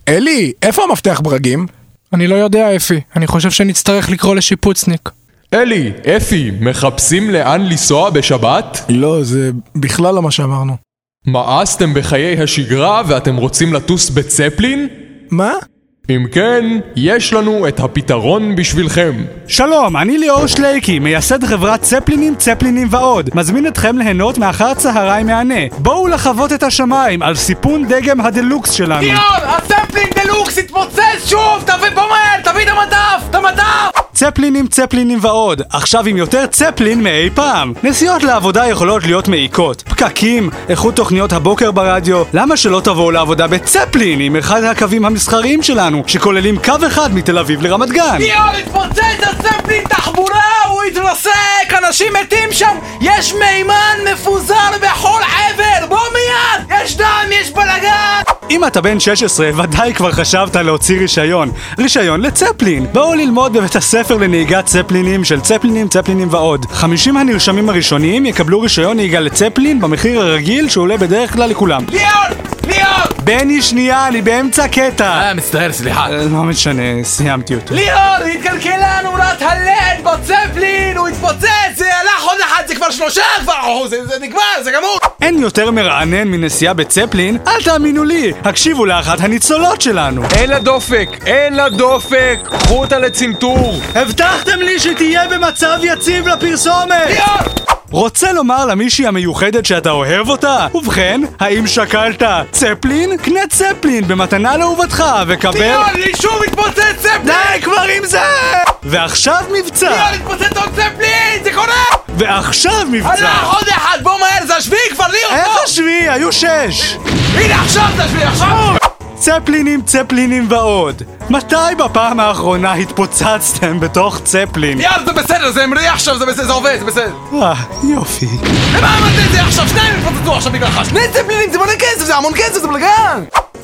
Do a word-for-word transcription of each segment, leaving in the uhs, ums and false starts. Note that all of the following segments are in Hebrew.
אלי, איפה המפתח ברגים? אני לא יודע, אפי. אני חושב שנצטרך לקרוא לשיפוצניק. אלי, אפי, מחפשים לאן לנסוע בשבת? לא, זה בכלל לא מה שאמרנו. מאסתם בחיי השגרה ואתם רוצים לטוס בצפלין? מה? אם כן, יש לנו את הפתרון בשבילכם. שלום, אני ליאור שלייקי, מייסד חברת צפלינים, צפלינים ועוד. מזמין אתכם ליהנות מאחר צהריים מהנה. בואו לחוות את השמיים על סיפון דגם הדלוקס שלנו. ליאור, הצפלין דלוקס התפוצץ שוב! תביא במהר, תביא את המדף, את המדף! צפלינים, צפלינים ועוד. עכשיו עם יותר צפלין מאי פעם. נסיעות לעבודה יכולות להיות מעיקות. פקקים, איכות תוכניות הבוקר ברדיו. למה שלא תבואו לעבודה בצפלין עם אחד הקווים המסחריים שלנו, שכוללים קו אחד מתל אביב לרמת גן? ליאור, התפוצץ הצפלין תחבורה, הוא התרסק, אנשים מתים שם, יש מימן מפוזר בכל עבר, בוא מיד! יש דם, יש בלגן! אם אתה בן שש עשרה, ודאי כבר חשבת להוציא רישיון. רישיון לצפלין. בואו ללמוד בבית הספר לנהיגת צפלינים של צפלינים, צפלינים ועוד. חמישים הנרשמים הראשונים יקבלו רישיון נהיגה לצפלין במחיר הרגיל שעולה בדרך כלל לכולם. ליאור! ליאור! בני, שנייה, אני באמצע קטע. אה, מצטער, סליחה. לא משנה, סיימתי אותו. ליאור, התקלקלה נורת הלד בצפלין, הוא התפוצץ, זה הלך עוד אחד, זה כבר שלושה כבר, זה, זה נגמר, זה גמור. אין יותר מרענן מנסיעה בצפלין, אל תאמינו לי, הקשיבו לאחת הניצולות שלנו. אין לה דופק, אין לה דופק, קחו אותה לצנתור. הבטחתם לי שתהיה במצב יציב לפרסומת. ליאור! רוצה לומר למישהי המיוחדת שאתה אוהב אותה? ובכן, האם שקלת צפלין? קנה צפלין במתנה לאהובתך וקבל... ליאור, לי שוב התפוצץ צפלין! די כבר עם זה! ועכשיו מבצע! ליאור, התפוצץ עוד צפלין! זה קורה! ועכשיו מבצע! הלך עוד אחד, בוא מהר, זה השביעי כבר, ליאור! איך השביעי? היו שש! הנה עכשיו זה השביעי, עכשיו! צפלינים, צפלינים ועוד. מתי בפעם האחרונה התפוצצתם בתוך צפלין? יאללה, זה בסדר, זה המריא עכשיו, זה בסדר, זה עובד, זה בסדר. אה, יופי. למה אמרת את זה עכשיו? שניים התפוצצו עכשיו בגללך, שני צפלינים, זה מלא כסף, זה המון כסף, זה בלגן!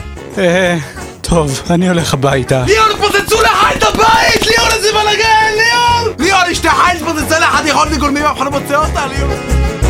אה, טוב, אני הולך הביתה. ליאור, התפוצצו לך את הבית! ליאור, איזה בלגן, ליאור! ליאור, אשתך התפוצצה לך, את יכולת לגולמים, אף אחד לא מוצא אותה, ליאור.